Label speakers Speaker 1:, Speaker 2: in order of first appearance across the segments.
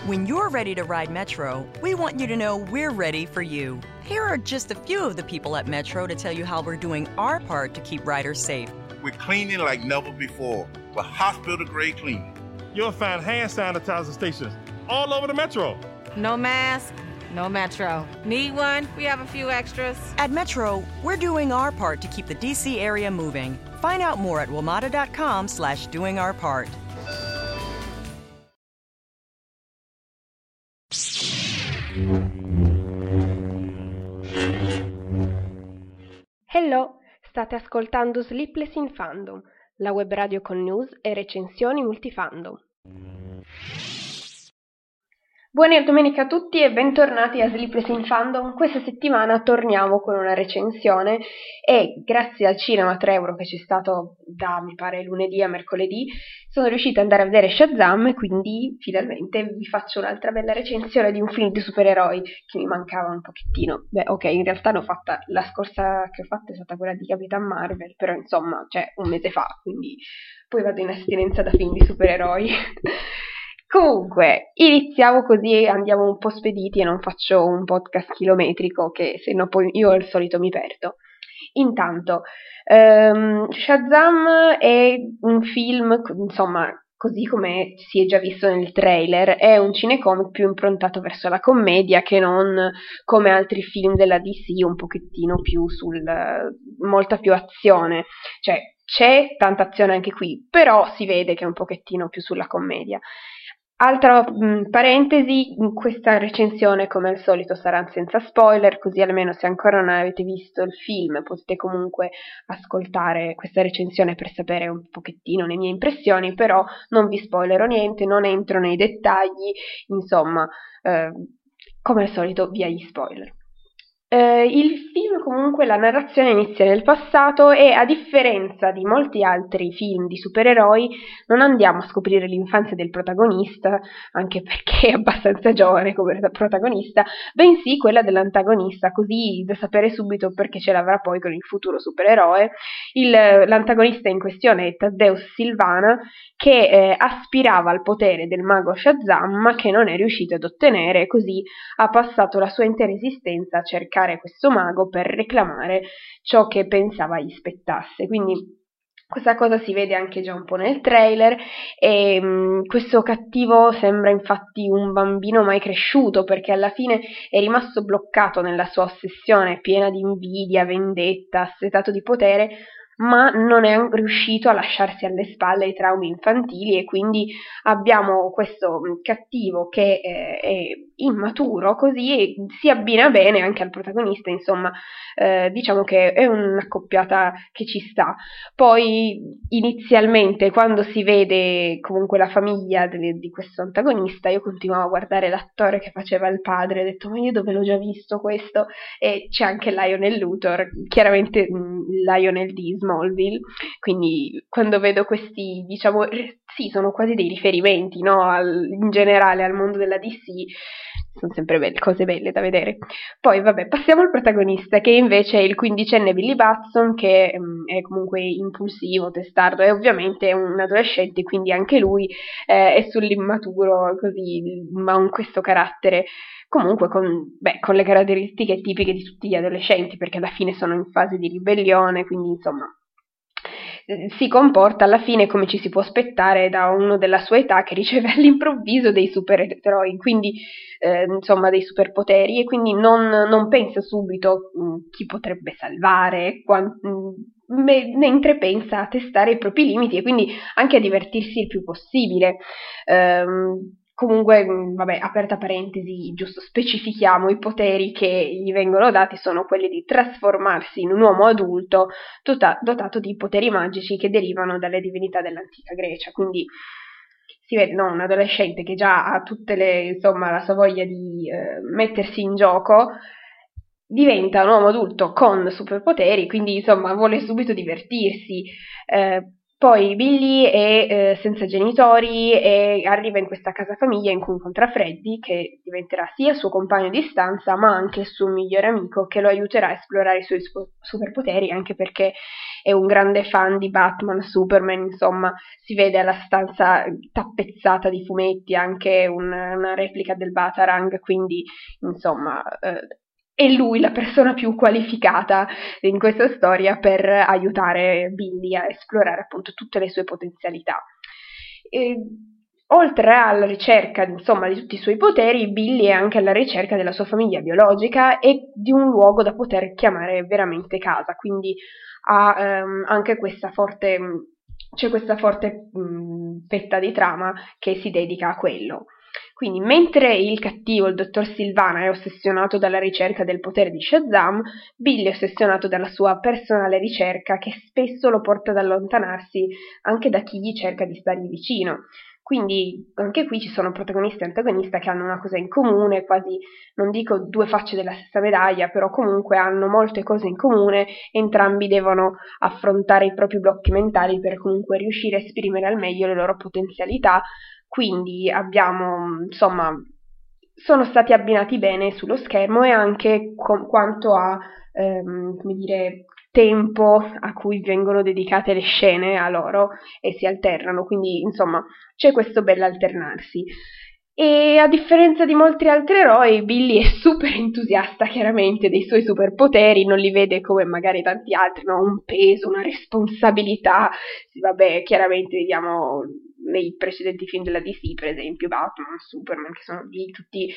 Speaker 1: When you're ready to ride Metro, we want you to know we're ready for you. Here are just a few of the people at Metro to tell you how we're doing our part to keep riders safe.
Speaker 2: We're cleaning like never before with hospital-grade cleaning.
Speaker 3: You'll find hand sanitizer stations all over the Metro.
Speaker 4: No mask, no Metro. Need one? We have a few extras.
Speaker 1: At Metro, we're doing our part to keep the DC area moving. Find out more at WMATA.com/doingourpart.
Speaker 5: Hello, state ascoltando Sleepless in Fandom, la web radio con news e recensioni multifandom. Buona domenica a tutti e bentornati a Sleepless in Fandom. Questa settimana torniamo con una recensione e grazie al cinema 3 euro che c'è stato da, mi pare, lunedì a mercoledì, sono riuscita ad andare a vedere Shazam e quindi finalmente vi faccio un'altra bella recensione di un film di supereroi che mi mancava un pochettino. Beh, ok, in realtà l'ho fatta, la scorsa che ho fatto è stata quella di Capitan Marvel, però insomma, cioè un mese fa, quindi poi vado in astinenza da film di supereroi. Comunque, iniziamo così andiamo un po' spediti e non faccio un podcast chilometrico che se no poi io al solito mi perdo. Intanto, Shazam è un film, insomma, così come si è già visto nel trailer, è un cinecomic più improntato verso la commedia che non come altri film della DC, un pochettino più molta più azione, cioè c'è tanta azione anche qui, però si vede che è un pochettino più sulla commedia. Altra parentesi, questa recensione come al solito sarà senza spoiler, così almeno se ancora non avete visto il film potete comunque ascoltare questa recensione per sapere un pochettino le mie impressioni, però non vi spoilerò niente, non entro nei dettagli, insomma, come al solito via gli spoiler. Il film comunque la narrazione inizia nel passato e a differenza di molti altri film di supereroi non andiamo a scoprire l'infanzia del protagonista, anche perché è abbastanza giovane come protagonista, bensì quella dell'antagonista, così da sapere subito perché ce l'avrà poi con il futuro supereroe. L'antagonista in questione è Thaddeus Sivana, che aspirava al potere del mago Shazam ma che non è riuscito ad ottenere, e così ha passato la sua intera esistenza a cercare questo mago per reclamare ciò che pensava gli spettasse. Quindi questa cosa si vede anche già un po' nel trailer e questo cattivo sembra infatti un bambino mai cresciuto, perché alla fine è rimasto bloccato nella sua ossessione piena di invidia, vendetta, assetato di potere, ma non è riuscito a lasciarsi alle spalle i traumi infantili e quindi abbiamo questo cattivo che è immaturo, così si abbina bene anche al protagonista, insomma, diciamo che è un'accoppiata che ci sta. Poi inizialmente quando si vede comunque la famiglia di questo antagonista, io continuavo a guardare l'attore che faceva il padre, ho detto ma io dove l'ho già visto questo? E c'è anche Lionel Luthor, chiaramente Lionel di Smallville, quindi quando vedo questi, diciamo, sì, sono quasi dei riferimenti, no, in generale al mondo della DC, sono sempre belle, cose belle da vedere. Poi vabbè, passiamo al protagonista, che invece è il quindicenne Billy Batson, che è comunque impulsivo, testardo, e ovviamente è un adolescente, quindi anche lui è sull'immaturo, così, ma con questo carattere comunque con le caratteristiche tipiche di tutti gli adolescenti, perché alla fine sono in fase di ribellione, quindi insomma si comporta alla fine come ci si può aspettare da uno della sua età che riceve all'improvviso dei supereroi, quindi insomma dei superpoteri, e quindi non pensa subito chi potrebbe salvare, mentre pensa a testare i propri limiti e quindi anche a divertirsi il più possibile. Comunque, vabbè, aperta parentesi, giusto specifichiamo, i poteri che gli vengono dati sono quelli di trasformarsi in un uomo adulto dotato di poteri magici che derivano dalle divinità dell'antica Grecia, quindi si vede, no, un adolescente che già ha insomma, la sua voglia di mettersi in gioco, diventa un uomo adulto con superpoteri, quindi insomma vuole subito divertirsi. Poi Billy è senza genitori e arriva in questa casa famiglia in cui incontra Freddy, che diventerà sia il suo compagno di stanza, ma anche il suo migliore amico, che lo aiuterà a esplorare i suoi superpoteri, anche perché è un grande fan di Batman, Superman, insomma, si vede alla stanza tappezzata di fumetti, anche una replica del Batarang, quindi, insomma, è lui la persona più qualificata in questa storia per aiutare Billy a esplorare appunto tutte le sue potenzialità. E, oltre alla ricerca, insomma, di tutti i suoi poteri, Billy è anche alla ricerca della sua famiglia biologica e di un luogo da poter chiamare veramente casa, quindi ha anche questa forte, c'è questa forte fetta di trama che si dedica a quello. Quindi, mentre il cattivo, il dottor Silvana, è ossessionato dalla ricerca del potere di Shazam, Billy è ossessionato dalla sua personale ricerca che spesso lo porta ad allontanarsi anche da chi gli cerca di stargli vicino. Quindi anche qui ci sono protagonisti e antagonista che hanno una cosa in comune, quasi, non dico due facce della stessa medaglia, però comunque hanno molte cose in comune, entrambi devono affrontare i propri blocchi mentali per comunque riuscire a esprimere al meglio le loro potenzialità. Quindi abbiamo, insomma, sono stati abbinati bene sullo schermo e anche quanto a, come dire, tempo a cui vengono dedicate le scene a loro e si alternano, quindi insomma c'è questo bell'alternarsi. E a differenza di molti altri eroi, Billy è super entusiasta chiaramente dei suoi superpoteri, non li vede come magari tanti altri, no? Un peso, una responsabilità. Vabbè, chiaramente vediamo nei precedenti film della DC, per esempio Batman, Superman, che sono lì tutti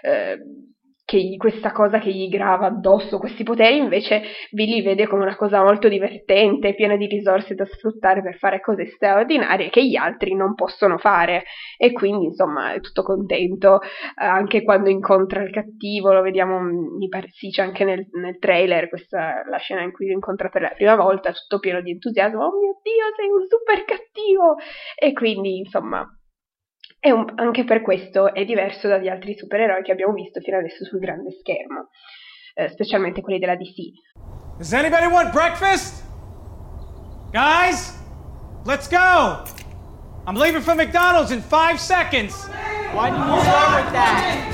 Speaker 5: questa cosa che gli grava addosso, questi poteri, invece Billy vede come una cosa molto divertente, piena di risorse da sfruttare per fare cose straordinarie che gli altri non possono fare, e quindi insomma è tutto contento, anche quando incontra il cattivo, lo vediamo, mi pare sì, c'è anche nel trailer la scena in cui lo incontra per la prima volta, tutto pieno di entusiasmo, oh mio Dio, sei un super cattivo, e quindi insomma anche per questo è diverso dagli altri supereroi che abbiamo visto fino adesso sul grande schermo, specialmente quelli della DC.
Speaker 6: Does anybody want breakfast? Guys, let's go! I'm leaving for McDonald's in 5 seconds.
Speaker 7: Why didn't you start with that?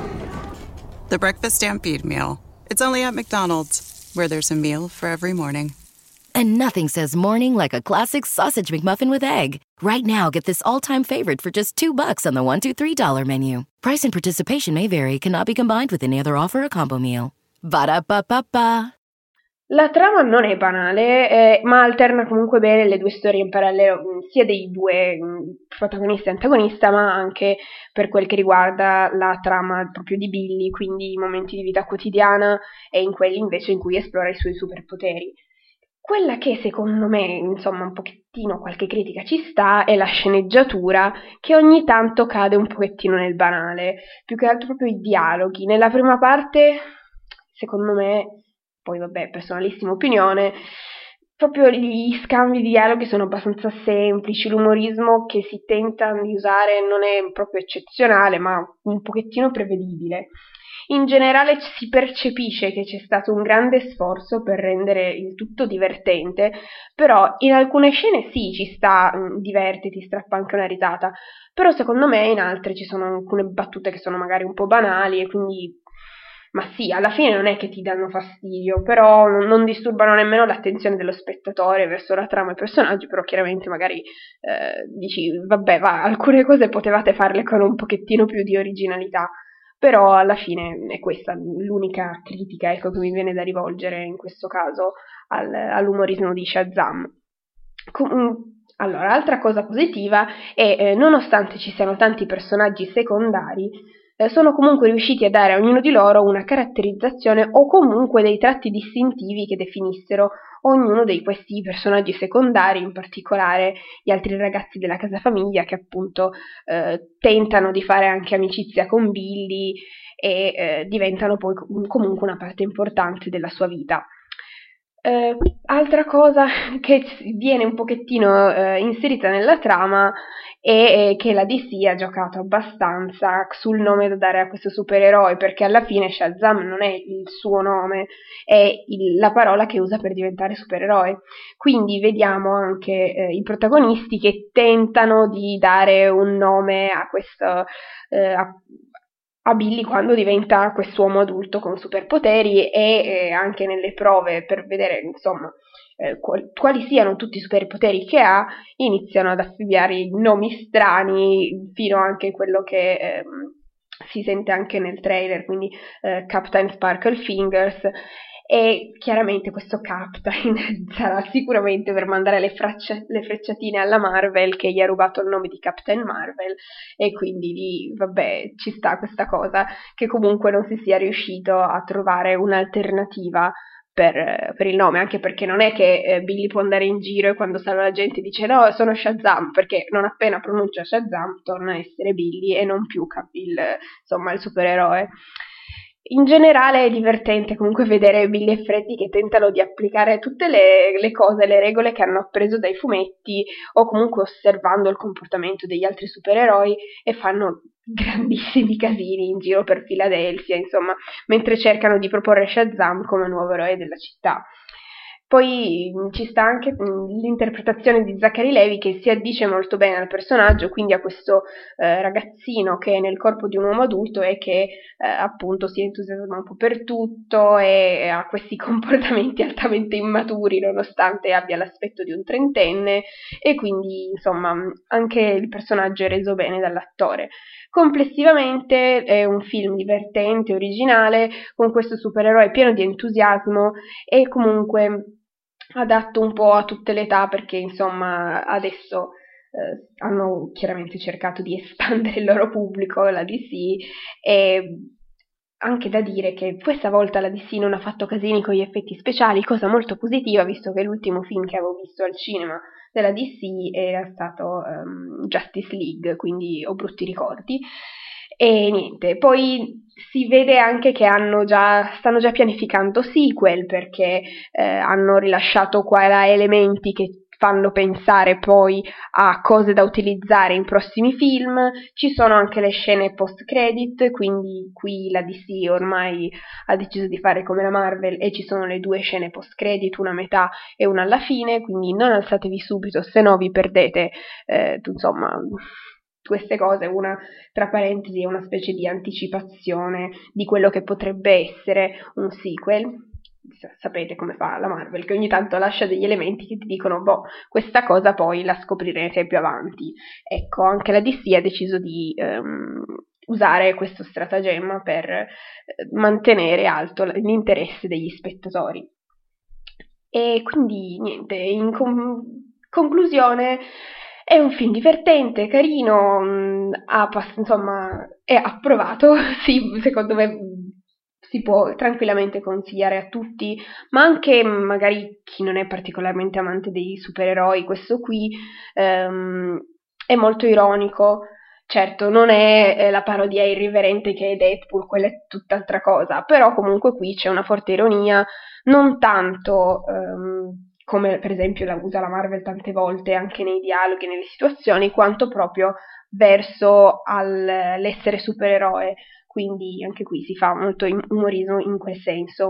Speaker 8: The Breakfast Stampede Meal. It's only at McDonald's, where there's a meal for every morning.
Speaker 9: And nothing says morning like a classic sausage McMuffin with egg. Right now, get this all-time favorite for just $2 on the $1, $2, $3 menu. Price and participation may vary. Cannot be combined with any other offer or combo meal. Ba-da-ba-ba-ba.
Speaker 5: La trama non è banale, ma alterna comunque bene le due storie in parallelo, sia dei due protagonisti e antagonista, ma anche per quel che riguarda la trama proprio di Billy, quindi i momenti di vita quotidiana e in quelli invece in cui esplora i suoi superpoteri. Quella che secondo me, insomma, un pochettino qualche critica ci sta è la sceneggiatura, che ogni tanto cade un pochettino nel banale, più che altro proprio i dialoghi. Nella prima parte, secondo me, poi vabbè, personalissima opinione, proprio gli scambi di dialoghi sono abbastanza semplici, l'umorismo che si tenta di usare non è proprio eccezionale, ma un pochettino prevedibile. In generale si percepisce che c'è stato un grande sforzo per rendere il tutto divertente, però in alcune scene sì, ci sta, diverte, ti strappa anche una risata, però secondo me in altre ci sono alcune battute che sono magari un po' banali e quindi, ma sì, alla fine non è che ti danno fastidio, però non disturbano nemmeno l'attenzione dello spettatore verso la trama e i personaggi, però chiaramente magari dici, vabbè, alcune cose potevate farle con un pochettino più di originalità. Però alla fine è questa l'unica critica, ecco, che mi viene da rivolgere in questo caso all'umorismo di Shazam. Allora, altra cosa positiva è, nonostante ci siano tanti personaggi secondari, sono comunque riusciti a dare a ognuno di loro una caratterizzazione o comunque dei tratti distintivi che definissero ognuno di questi personaggi secondari, in particolare gli altri ragazzi della casa famiglia che appunto tentano di fare anche amicizia con Billy e diventano poi comunque una parte importante della sua vita. Altra cosa che viene un pochettino inserita nella trama è che la DC ha giocato abbastanza sul nome da dare a questo supereroe, perché alla fine Shazam non è il suo nome, è la parola che usa per diventare supereroe. Quindi vediamo anche i protagonisti che tentano di dare un nome a questo a Billy quando diventa quest'uomo adulto con superpoteri, e anche nelle prove per vedere insomma quali siano tutti i superpoteri che ha, iniziano ad affibbiare nomi strani, fino anche quello che si sente anche nel trailer, quindi Captain Sparkle Fingers. E chiaramente questo Captain sarà sicuramente per mandare le frecciatine alla Marvel, che gli ha rubato il nome di Captain Marvel, e quindi vabbè, ci sta questa cosa, che comunque non si sia riuscito a trovare un'alternativa per il nome, anche perché non è che Billy può andare in giro e quando salva la gente dice no, sono Shazam, perché non appena pronuncia Shazam torna a essere Billy e non più il supereroe. In generale è divertente comunque vedere Billy e Freddy che tentano di applicare tutte le cose, le regole che hanno appreso dai fumetti, o comunque osservando il comportamento degli altri supereroi, e fanno grandissimi casini in giro per Filadelfia, insomma, mentre cercano di proporre Shazam come nuovo eroe della città. Poi ci sta anche l'interpretazione di Zachary Levi, che si addice molto bene al personaggio, quindi a questo ragazzino che è nel corpo di un uomo adulto e che appunto si entusiasma un po' per tutto e ha questi comportamenti altamente immaturi nonostante abbia l'aspetto di un trentenne, e quindi insomma anche il personaggio è reso bene dall'attore. Complessivamente è un film divertente, originale, con questo supereroe pieno di entusiasmo e comunque adatto un po' a tutte le età, perché insomma adesso hanno chiaramente cercato di espandere il loro pubblico, la DC, e anche da dire che questa volta la DC non ha fatto casini con gli effetti speciali, cosa molto positiva, visto che l'ultimo film che avevo visto al cinema della DC era stato Justice League, quindi ho brutti ricordi. E niente, poi si vede anche che stanno già pianificando sequel, perché hanno rilasciato qua e là elementi che fanno pensare poi a cose da utilizzare in prossimi film. Ci sono anche le scene post-credit, quindi qui la DC ormai ha deciso di fare come la Marvel e ci sono le 2 scene post-credit, una a metà e una alla fine, quindi non alzatevi subito, se no vi perdete insomma queste cose. Una, tra parentesi, è una specie di anticipazione di quello che potrebbe essere un sequel. Sapete come fa la Marvel, che ogni tanto lascia degli elementi che ti dicono questa cosa poi la scoprirete più avanti. Ecco, anche la DC ha deciso di usare questo stratagemma per mantenere alto l'interesse degli spettatori. E quindi niente, in conclusione è un film divertente, carino, insomma è approvato, sì, secondo me si può tranquillamente consigliare a tutti, ma anche magari chi non è particolarmente amante dei supereroi. Questo qui è molto ironico, certo non è la parodia irriverente che è Deadpool, quella è tutt'altra cosa, però comunque qui c'è una forte ironia, non tanto come per esempio la usa la Marvel tante volte anche nei dialoghi, nelle situazioni, quanto proprio verso l'essere supereroe. Quindi anche qui si fa molto umorismo in quel senso.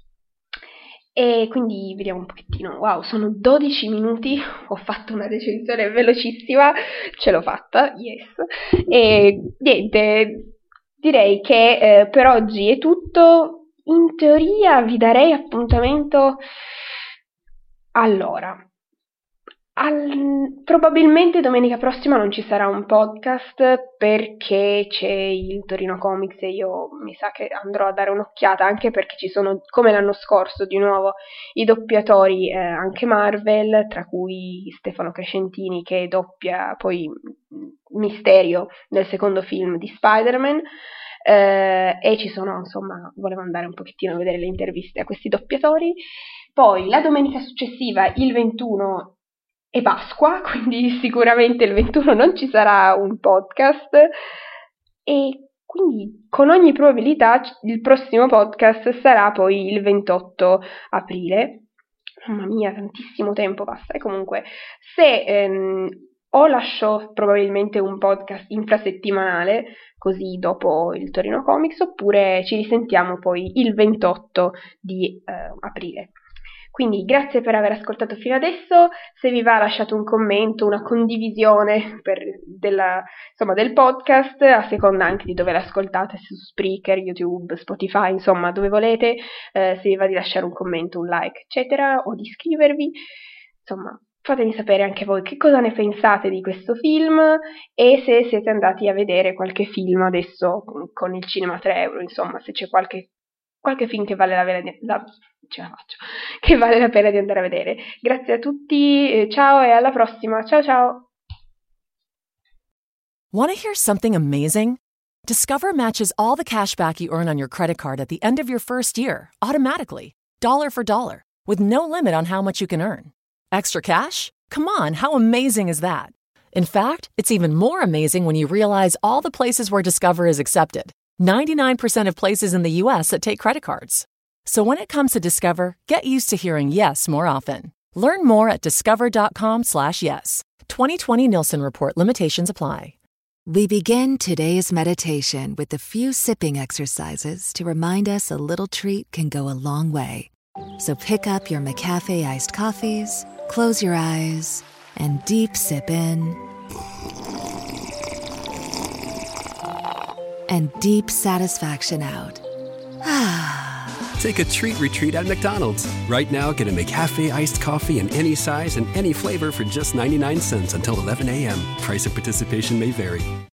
Speaker 5: E quindi vediamo un pochettino. Wow, sono 12 minuti, ho fatto una recensione velocissima, ce l'ho fatta, yes. E niente, direi che per oggi è tutto. In teoria vi darei appuntamento. Allora, probabilmente domenica prossima non ci sarà un podcast perché c'è il Torino Comics e io mi sa che andrò a dare un'occhiata, anche perché ci sono, come l'anno scorso, di nuovo i doppiatori anche Marvel, tra cui Stefano Crescentini che doppia poi Mysterio nel secondo film di Spider-Man. E ci sono, insomma, volevo andare un pochettino a vedere le interviste a questi doppiatori. Poi la domenica successiva, il 21, è Pasqua, quindi sicuramente il 21 non ci sarà un podcast, e quindi con ogni probabilità il prossimo podcast sarà poi il 28 aprile, mamma mia, tantissimo tempo passa. E comunque, se o lascio probabilmente un podcast infrasettimanale, così dopo il Torino Comics, oppure ci risentiamo poi il 28 di aprile. Quindi grazie per aver ascoltato fino adesso. Se vi va, lasciate un commento, una condivisione del podcast, a seconda anche di dove l'ascoltate, su Spreaker, YouTube, Spotify, insomma dove volete. Se vi va di lasciare un commento, un like, eccetera, o di iscrivervi. Insomma, fatemi sapere anche voi che cosa ne pensate di questo film e se siete andati a vedere qualche film adesso con il cinema 3 euro, insomma, se c'è qualche film che vale che vale la pena di andare a vedere. Grazie a tutti, ciao e alla prossima. Ciao ciao.
Speaker 10: Want to hear something amazing? Discover matches all the cash back you earn on your credit card at the end of your first year, automatically, dollar for dollar, with no limit on how much you can earn. Extra cash? Come on, how amazing is that? In fact, it's even more amazing when you realize all the places where Discover is accepted. 99% of places in the U.S. that take credit cards. So when it comes to Discover, get used to hearing yes more often. Learn more at discover.com/yes. 2020 Nielsen Report. Limitations apply.
Speaker 11: We begin today's meditation with a few sipping exercises to remind us a little treat can go a long way. So pick up your McCafe iced coffees, close your eyes, and deep sip in. And deep satisfaction out.
Speaker 12: Take a treat retreat at McDonald's. Right now, get a McCafe iced coffee in any size and any flavor for just 99 cents until 11 a.m. Price of participation may vary.